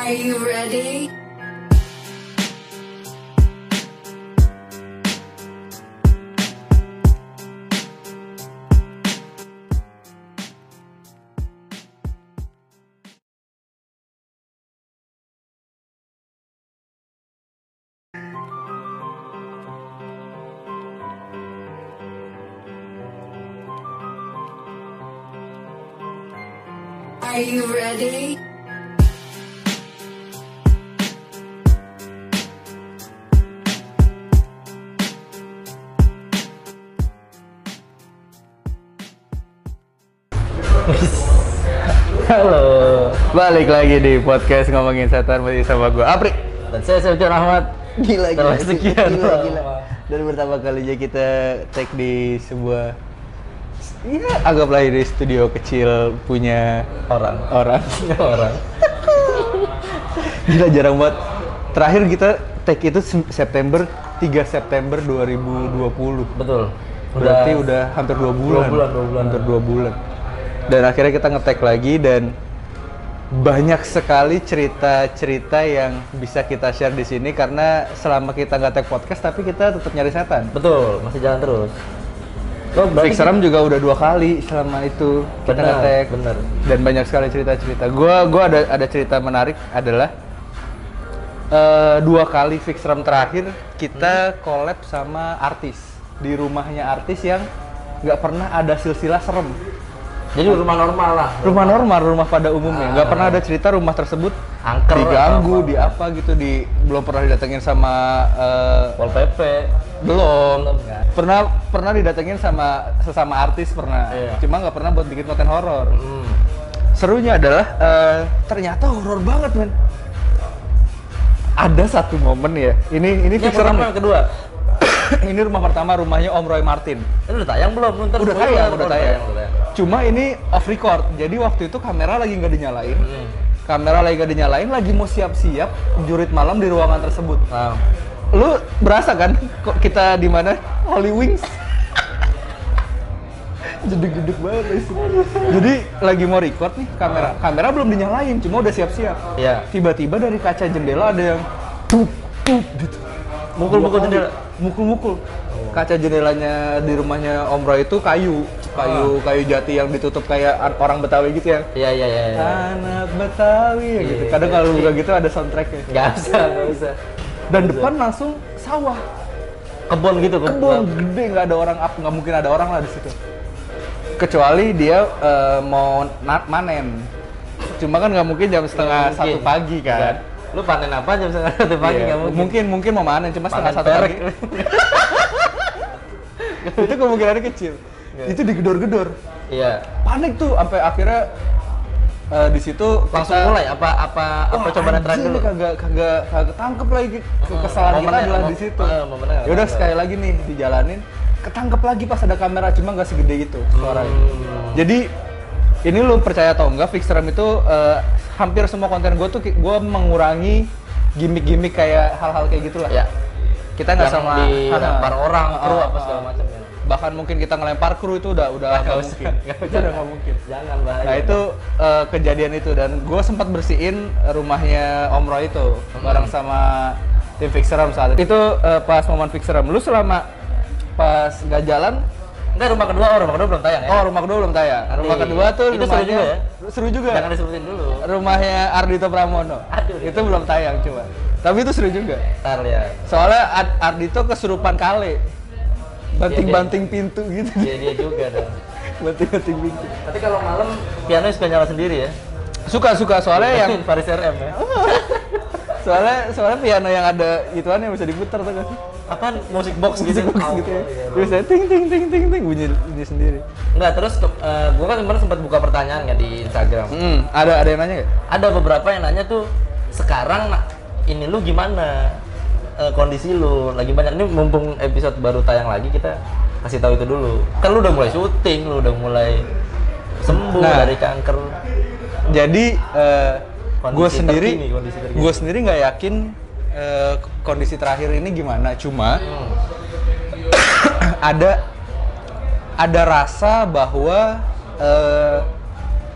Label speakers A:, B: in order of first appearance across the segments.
A: Are you ready? Are you ready?
B: Halo,
C: Balik lagi di podcast Ngomongin Setan sama gue Apri.
B: dan saya Septian Ahmad.
C: Gila.
B: Sekian
C: Dan pertama kalinya kita take di sebuah, ya anggaplah ini studio kecil punya
B: orang.
C: Gila, jarang banget. Terakhir kita take itu September 3 September 2020.
B: Betul.
C: Berarti udah hampir 2 bulan.
B: 2 bulan.
C: Hampir 2 bulan. Dan akhirnya kita nge-tag lagi dan banyak sekali cerita-cerita yang bisa kita share di sini karena selama kita nggak tag podcast tapi kita tetap nyari setan.
B: Betul, masih jalan terus.
C: Fix Seram juga udah 2 kali selama itu kita nge-tag.
B: Bener.
C: Dan banyak sekali cerita-cerita. Gua ada cerita menarik adalah 2 kali Fix Seram terakhir kita collab sama artis di rumahnya artis yang nggak pernah ada silsilah serem.
B: Jadi rumah normal lah.
C: Rumah normal, rumah pada umumnya. Nggak pernah ada cerita rumah tersebut
B: Angker
C: diganggu,
B: apa.
C: di apa gitu, belum pernah didatengin sama
B: Pol PP.
C: belum.
B: Kan?
C: Pernah didatengin sama sesama artis pernah.
B: Iya.
C: Cuma nggak pernah buat bikin konten horor. Serunya adalah ternyata horor banget, men. Ada satu momen ya. Ini
B: Yang
C: Fix Seram
B: pertama,
C: nih.
B: yang kedua.
C: Ini rumah pertama, rumahnya Om Roy Martin.
B: Ini udah tayang belum?
C: Udah tayang. Cuma ini off record. Jadi waktu itu kamera lagi nggak dinyalain. Lagi mau siap-siap jurit malam di ruangan tersebut.
B: Nah.
C: Lu berasa kan kok kita di mana? Holy Wings. Jeduk-jeduk banget guys. Jadi lagi mau record nih, kamera belum dinyalain, cuma udah siap-siap.
B: Iya.
C: Tiba-tiba dari kaca jendela ada yang tup gitu.
B: Mukul-mukul jendela.
C: Mukul-mukul. Kaca jendelanya di rumahnya Om Roy itu kayu jati yang ditutup kayak orang Betawi gitu ya.
B: Iya.
C: Anak Betawi ya gitu. Kadang kalau buka gitu ada soundtracknya.
B: Nggak usah.
C: Dan depan langsung sawah.
B: Kebun gitu.
C: Kebun gede, nggak ada orang, nggak mungkin ada orang lah di situ. Kecuali dia mau manen. Cuma kan nggak mungkin jam setengah 1 pagi kan.
B: Lu panen apa jam setengah 1 pagi?
C: Iya,
B: Nggak
C: mungkin mau manen, cuma setengah
B: Panen
C: 1 pagi.
B: perek.
C: Itu kemungkinannya kecil. Itu digedor-gedor.
B: Iya.
C: Panik tuh sampai akhirnya di situ
B: Langsung mulai apa cobaan terakhir dulu?
C: kagak tangkep lagi. Kesalahan kita adalah di situ. Ya udah sekali lagi nih dijalanin, ketangkep lagi pas ada kamera, cuma nggak segede itu suaranya. Jadi ini lu percaya atau enggak, Fix Seram itu hampir semua konten gue tuh gue mengurangi gimmick-gimmick kayak hal-hal kayak gitulah.
B: Ya.
C: Kita nggak sama
B: dilempar orang, kru apa segala macam ya.
C: Bahkan mungkin kita ngelempar kru itu udah nggak mungkin. Itu udah nggak mungkin.
B: Jangan bahaya.
C: Nah itu kejadian itu, dan gue sempat bersihin rumahnya Om Roy itu bareng sama tim Fix Seram saat itu. Pas momen Fix Seram, lu selama pas nggak jalan.
B: Enggak, rumah kedua belum tayang ya?
C: Oh, rumah kedua belum tayang. Rumah kedua tuh
B: itu seru juga ya?
C: Seru juga.
B: Jangan disebutin dulu.
C: Rumahnya Ardhito Pramono.
B: Aduh,
C: itu belum tayang coba. Tapi itu seru juga.
B: Ntar ya.
C: Soalnya Ardhito kesurupan kale. Banting-banting pintu gitu.
B: Dia juga dong.
C: Banting-banting pintu.
B: Tapi kalau malam piano suka nyala sendiri ya?
C: Suka soalnya yang
B: Faris RM ya.
C: soalnya piano yang ada ituan yang bisa diputar tuh kan.
B: Apaan? Musik box gitu.
C: Musik box gitu ya. Terus saya ting bunyi sendiri.
B: Enggak, terus gua kan kemarin sempat buka pertanyaan nggak di Instagram.
C: Ada yang nanya nggak?
B: Ada beberapa yang nanya tuh, sekarang ini lu gimana? Kondisi lu lagi banyak, ini mumpung episode baru tayang lagi, kita kasih tahu itu dulu. Kan lu udah mulai syuting, lu udah mulai sembuh dari kanker. Jadi gue sendiri nggak yakin kondisi terakhir ini gimana. Cuma ada rasa bahwa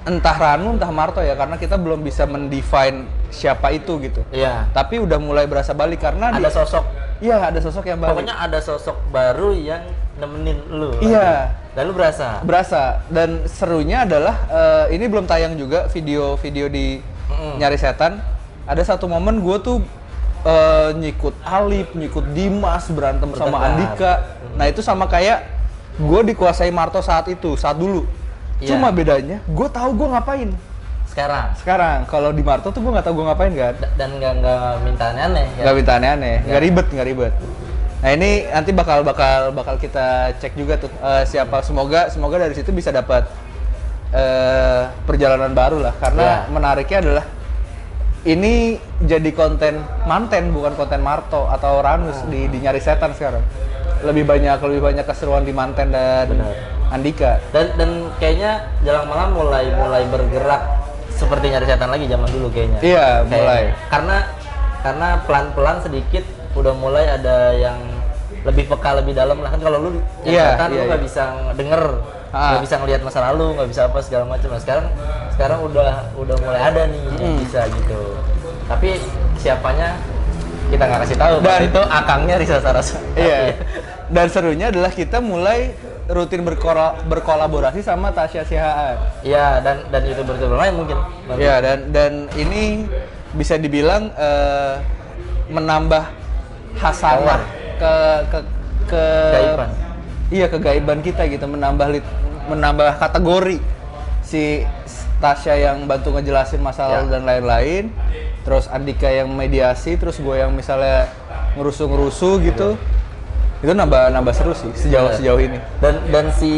C: entah Ranu entah Marto ya, karena kita belum bisa mendefine siapa itu gitu.
B: Iya.
C: Tapi udah mulai berasa balik karena
B: Ada sosok.
C: Iya, ada sosok yang balik.
B: Pokoknya ada sosok baru yang nemenin lu.
C: Iya.
B: Dan lu berasa.
C: Dan serunya adalah ini belum tayang juga video-video di Nyari Setan. Ada satu momen gue tuh nyikut Alip, nyikut Dimas berantem sama Andika. Nah itu sama kayak gue dikuasai Marto saat dulu.
B: Iya.
C: Cuma bedanya gue tahu gue ngapain. Sekarang kalau di Marto tuh gue nggak tahu gue ngapain kan.
B: Dan nggak minta aneh-aneh. Ya?
C: Nggak minta aneh-aneh, nggak ribet. Nah ini nanti bakal kita cek juga tuh siapa, semoga dari situ bisa dapat perjalanan baru lah, karena menariknya adalah ini jadi konten manten bukan konten Marto atau Ranus di Nyari Setan sekarang. Lebih banyak keseruan di Manten dan Andika. Dan kayaknya Jalan Malam mulai bergerak seperti Nyari Setan lagi zaman dulu kayaknya. Iya, mulai.
B: Karena pelan-pelan sedikit udah mulai ada yang lebih peka, lebih dalam lah. Kan kalau lu Nyari Setan lu nggak bisa denger, nggak bisa ngelihat masa lalu, nggak bisa apa segala macam. Nah sekarang udah mulai ada nih yang bisa gitu. Tapi siapanya kita nggak kasih tahu. Dan itu akangnya Risa Sarasa.
C: Iya. Dan serunya adalah kita mulai rutin berkolaborasi sama Tasya Sihaan.
B: Iya, dan YouTuber lain mungkin.
C: Iya, dan ini bisa dibilang menambah hasanah ke
B: kegaiban.
C: Iya, kegaiban kita gitu, menambah kategori si Tasya yang bantu ngejelasin masalah dan lain-lain, terus Andika yang mediasi, terus gue yang misalnya ngerusuh gitu. Itu nambah seru sih sejauh ini.
B: Dan si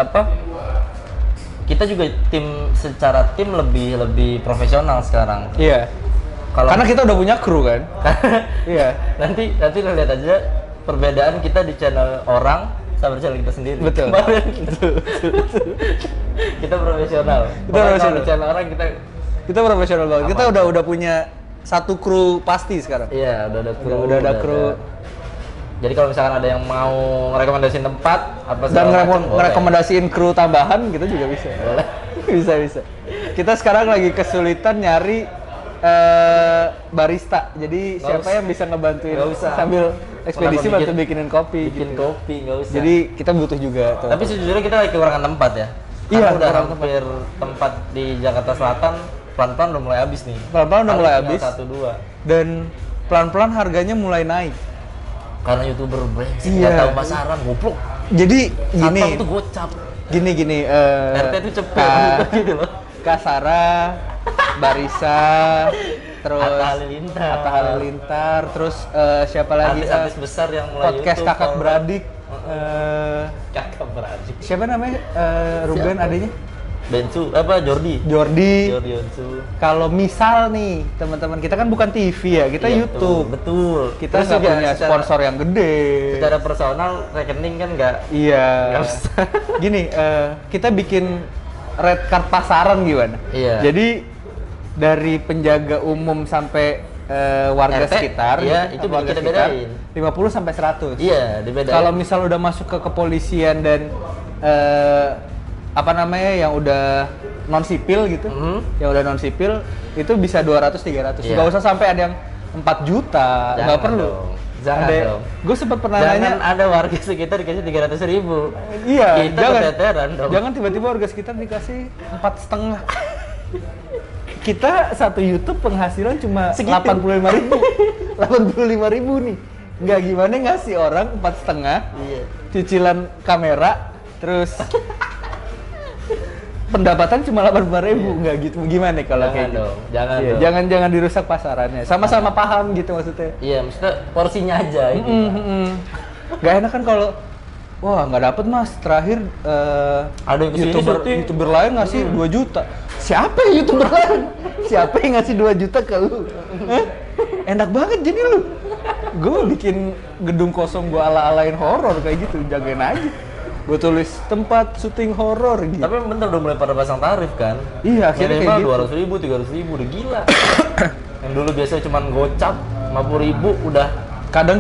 B: kita juga secara tim lebih profesional sekarang.
C: Iya. Karena kita udah punya kru kan. Iya.
B: Nanti lo lihat aja perbedaan kita di channel orang sama channel kita sendiri.
C: Betul.
B: Kita profesional. Di channel orang
C: kita profesional banget. Kita udah punya satu kru pasti sekarang.
B: Iya, udah ada
C: kru.
B: Jadi kalau misalkan ada yang mau ngerekomendasiin tempat
C: dan ngerekomendasiin kru tambahan, kita juga bisa.
B: Boleh.
C: bisa. Kita sekarang lagi kesulitan nyari barista. Jadi siapa yang bisa ngebantuin sambil ekspedisi bantu bikinin kopi.
B: Kopi nggak usah.
C: Jadi kita butuh juga.
B: Tapi sejujurnya kita lagi kekurangan tempat ya. Iya, udah hampir tempat di Jakarta Selatan pelan-pelan udah mulai habis nih.
C: Pelan-pelan udah mulai habis.
B: 1-2. Dan
C: pelan-pelan harganya mulai naik.
B: Karena YouTuber brengsek nggak tahu pasaran, goblok.
C: Jadi gini.
B: Satpam tuh gocap.
C: Gini.
B: RT tuh cepet gitu loh.
C: Kasara, Barisa, terus
B: Atta
C: Halilintar, terus siapa lagi?
B: Artis besar yang mulai
C: podcast
B: YouTube,
C: kakak beradik.
B: Kakak beradik.
C: Siapa namanya? Ruben adanya?
B: Bensu, Jordi. Kalau misal nih teman-teman, kita kan bukan TV ya, kita YouTube. Betul. Kita nggak punya sponsor yang gede. Secara personal rekening kan nggak. Iya. Nggak usah. Gini, kita bikin red card pasaran gimana? Iya. Jadi dari penjaga umum sampai warga RT, sekitar, iya, itu warga kita sekitar, bedain.
C: 50 sampai 100.
B: Iya, dibedain. Kalau misal udah masuk ke kepolisian dan yang udah non sipil gitu, yang udah non sipil itu bisa 200-300. Nggak usah sampai ada yang 4 juta, nggak perlu. Jangan dong.
C: Gue sempat pernah nanya,
B: ada warga sekitar dikasih 300.000.
C: Iya,
B: kita keteteran dong.
C: Jangan tiba-tiba warga sekitar dikasih 4,5. Kita satu YouTube penghasilan cuma 85.000. 85.000 nih. Nggak gimana ngasih orang 4,5. Iya. Cicilan kamera, terus pendapatan cuma 85.000, nggak gitu. Gimana kalau kayak gitu? Jangan dirusak pasarannya. Sama-sama paham gitu maksudnya. Iya, maksudnya porsinya aja. Gak enak kan kalau nggak dapet mas. Terakhir ada YouTuber lain ngasih 2 juta. Siapa ya YouTuber lain? Siapa yang ngasih 2 juta ke lu? Enak banget jadi lu. Gue bikin gedung kosong gue ala-alain horor kayak gitu, jagain aja. Gue tulis tempat syuting horor gitu. Tapi bener udah mulai pada pasang tarif kan? Iya, akhirnya kayak gitu. 200.000, 300.000 udah gila. Yang dulu biasanya cuma gocap 50.000 udah. Kadang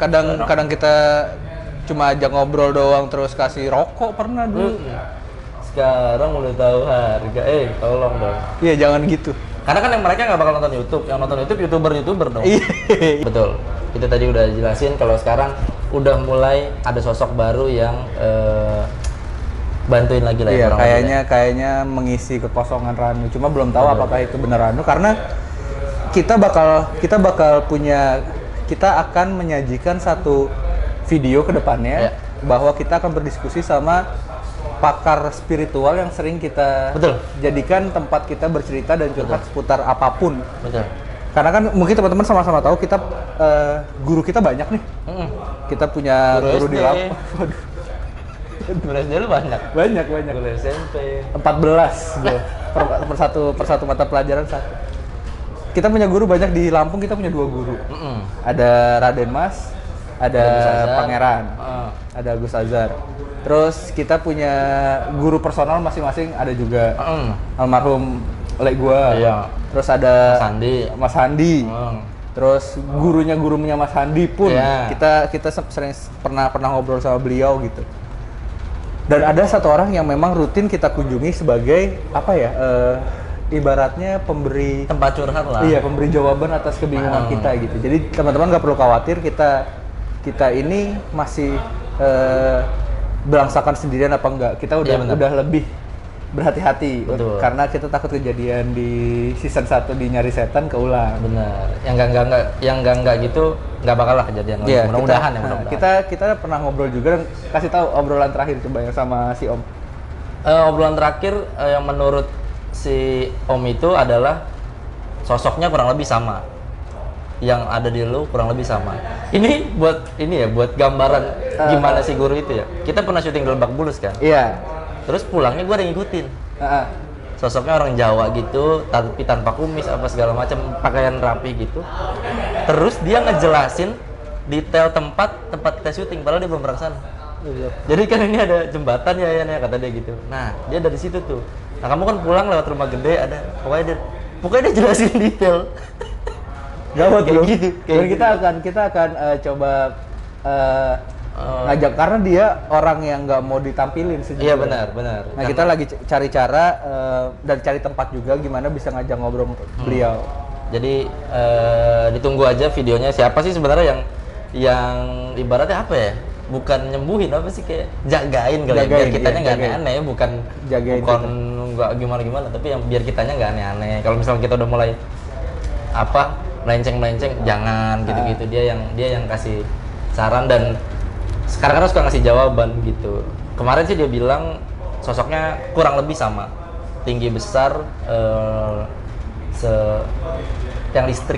C: kadang kita cuma ajak ngobrol doang terus kasih rokok pernah dulu.
B: sekarang udah tahu harga. Tolong dong.
C: Iya, jangan gitu.
B: Karena kan yang mereka nggak bakal nonton YouTube, yang nonton YouTube YouTuber dong.
C: Iya.
B: Betul. Kita tadi udah jelasin kalau sekarang udah mulai ada sosok baru yang bantuin lagi lah.
C: Iya, kayaknya mengisi kekosongan Ranu. Cuma belum tahu apakah itu benar Ranu karena kita akan menyajikan satu video ke depannya bahwa kita akan berdiskusi sama pakar spiritual yang sering kita jadikan tempat kita bercerita dan curhat seputar apapun. Betul. Karena kan mungkin teman-teman sama-sama tahu kita guru kita banyak nih. Kita punya guru di lab.
B: Guru SD lu banyak. Banyak. Guru SMP
C: 14 gue. per satu mata pelajaran satu. Kita punya guru banyak di Lampung, kita punya 2 guru. Ada Raden Mas, ada Pangeran, ada Agus Azhar. Terus kita punya guru personal masing-masing, ada juga almarhum lek gua. Iya. Terus ada Mas Handi. Terus gurunya Mas Handi pun kita sering pernah ngobrol sama beliau gitu. Dan ada satu orang yang memang rutin kita kunjungi sebagai ibaratnya pemberi
B: tempat curhat lah.
C: Iya, pemberi jawaban atas kebingungan kita gitu. Jadi teman-teman nggak perlu khawatir, kita ini masih belangsakan sendirian apa enggak. Kita udah lebih berhati-hati karena kita takut kejadian di season 1 di Nyari Setan keulang.
B: Benar. Yang enggak gitu nggak bakal lah kejadian lagi. Mudah-mudahan.
C: Kita pernah ngobrol juga dan kasih tahu obrolan terakhir coba yang sama si Om.
B: Obrolan terakhir yang menurut si Om itu adalah sosoknya kurang lebih sama. Yang ada di lu kurang lebih sama. Ini buat gambaran gimana si guru itu ya. Kita pernah syuting di Lebak Bulus kan?
C: Iya.
B: Terus pulangnya gue ada ngikutin. Sosoknya orang Jawa gitu, tapi tanpa kumis apa segala macam, pakaian rapi gitu. Terus dia ngejelasin detail tempat kita syuting, padahal dia belum pernah sana. Jadi kan ini ada jembatan ya kata dia gitu. Nah dia dari situ tuh. Nah kamu kan pulang lewat rumah gede ada, pokoknya dia jelasin detail.
C: Gawat loh. Gitu. Dan kita akan coba ngajak karena dia orang yang nggak mau ditampilin sejujurnya.
B: Iya benar.
C: Nah karena kita lagi cari cara dan cari tempat juga gimana bisa ngajak ngobrol beliau.
B: Jadi ditunggu aja videonya. Siapa sih sebenarnya yang ibaratnya apa ya? Bukan nyembuhin apa sih, kayak jagain kali ya, biar kitanya nggak aneh-aneh, bukan nggak gimana-gimana, tapi yang biar kitanya nggak aneh-aneh. Kalau misalnya kita udah mulai melenceng jangan gitu-gitu. Dia yang kasih saran dan sekarang suka ngasih jawaban gitu. Kemarin sih dia bilang sosoknya kurang lebih sama, tinggi besar, yang listrik.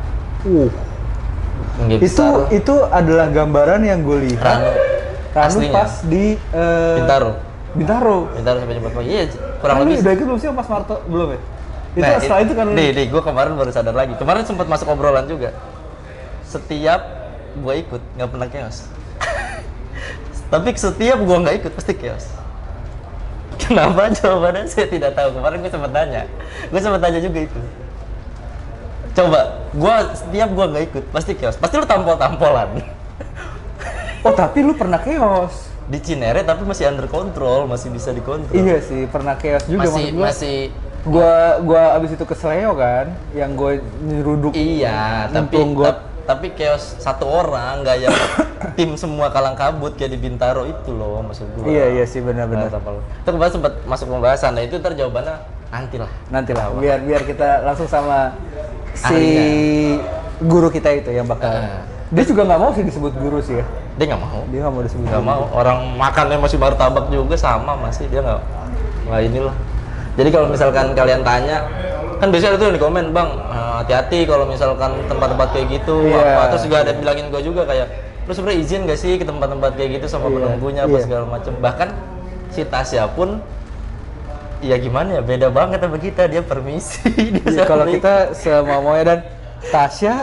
C: Itu adalah gambaran yang gue lihat Ranu pas di Bintaro
B: sampai jemput pagi. Iya, kurang lebih.
C: Udah ikut belum sih Mas Marto? Belum ya? Setelah itu kan
B: gue kemarin baru sadar lagi. Kemarin sempat masuk obrolan juga. Setiap gue ikut nggak pernah chaos. Tapi setiap gue nggak ikut pasti chaos. Kenapa? Jawabannya saya tidak tahu. Kemarin gue sempat tanya juga itu. Coba, setiap gue nggak ikut pasti chaos. Pasti lu tampol-tampolan.
C: Oh tapi lu pernah chaos?
B: Di Cinere tapi masih under control, masih bisa dikontrol.
C: Iya sih, pernah chaos juga.
B: Masih
C: gua abis itu ke Seleo kan, yang gue nyeruduk.
B: Iya, tapi chaos satu orang, nggak yang tim semua kalang kabut kayak di Bintaro itu loh, maksud gue.
C: Iya sih benar-benar.
B: Itu kemarin sempat masuk pembahasan, nah itu ntar jawabannya nanti lah.
C: Biar kita langsung sama si guru kita itu yang bakal. Dia juga nggak mau sih disebut guru sih ya.
B: Dia nggak mau
C: disebut.
B: Nggak mau. Orang makannya masih martabak juga sama masih, dia nggak inilah. Jadi kalau misalkan kalian tanya, kan biasanya itu yang di komen, Bang, hati-hati kalau misalkan tempat-tempat kayak gitu, terus juga ada bilangin gue juga kayak, lu sebenarnya izin gak sih ke tempat-tempat kayak gitu sama penunggunya apa segala macem. Bahkan si Tasya pun, ya gimana ya, beda banget sama kita, dia permisi.
C: Kalau kita semau-maunya, dan Tasya,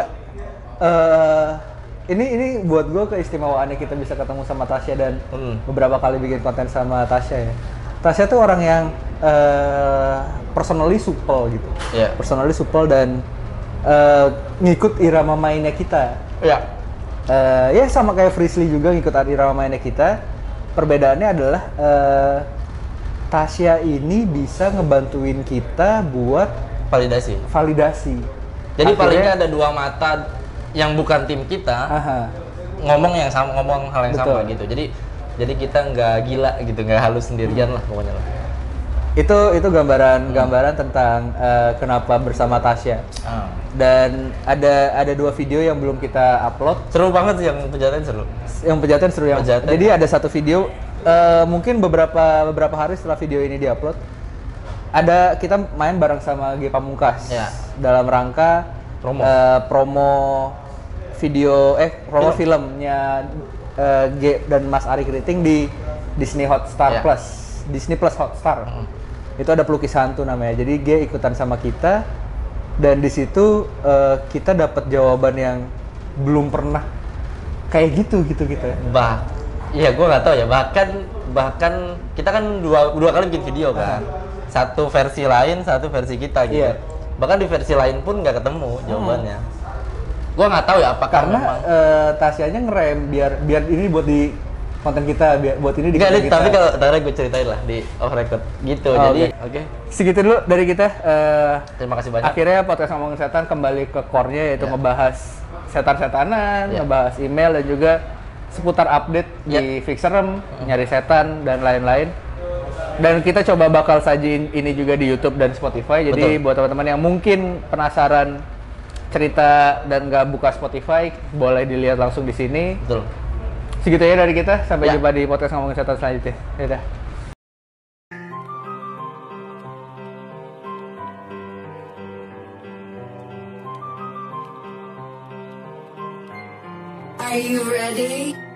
C: ini buat gue keistimewaannya kita bisa ketemu sama Tasya dan beberapa kali bikin konten sama Tasya ya. Tasya tuh orang yang personally supel gitu, personally supel dan ngikut irama mainnya kita. Ya sama kayak Frisly juga ngikut irama mainnya kita. Perbedaannya adalah Tasya ini bisa ngebantuin kita buat
B: validasi.
C: Akhirnya,
B: Jadi paling nggak ada dua mata yang bukan tim kita ngomong hal yang
C: Betul.
B: sama gitu. Jadi kita nggak gila gitu, nggak halus sendirian lah pokoknya lah.
C: Itu gambaran tentang kenapa bersama Tasya. Dan ada 2 video yang belum kita upload.
B: Seru banget sih yang Pejaten seru.
C: Yang Pejaten seru yang.
B: Pejaten.
C: Jadi ada satu video mungkin beberapa hari setelah video ini diupload, kita main bareng sama G Pamungkas dalam rangka promo filmnya G dan Mas Ari Kriting di Disney Hotstar Plus, Disney Plus Hotstar. Itu ada pelukis hantu namanya. Jadi G ikutan sama kita dan di situ kita dapat jawaban yang belum pernah kayak gitu.
B: Iya, gue nggak tahu ya. Bahkan kita kan dua kali bikin video kan. Satu versi lain, satu versi kita gitu.
C: Iya.
B: Bahkan di versi lain pun nggak ketemu jawabannya. Gue nggak tahu ya apakah
C: Karena
B: memang.
C: Tasyanya ngerem biar ini buat di konten kita, buat ini di
B: Nggak,
C: konten kita.
B: tapi kalau ntar gue ceritain lah di off record gitu. Jadi oke.
C: Segitu dulu dari kita.
B: Terima kasih banyak.
C: Akhirnya podcast ngomongin setan kembali ke core-nya, yaitu ngebahas setan-setanan, ngebahas email dan juga seputar update di Fixerem, nyari setan dan lain-lain. Dan kita coba bakal sajiin ini juga di YouTube dan Spotify. Jadi buat teman-teman yang mungkin penasaran cerita dan nggak buka Spotify, boleh dilihat langsung di sini.
B: Betul.
C: Segitu ya dari kita. Sampai jumpa di podcast ngomongin setan selanjutnya. Dadah.
A: Are you ready?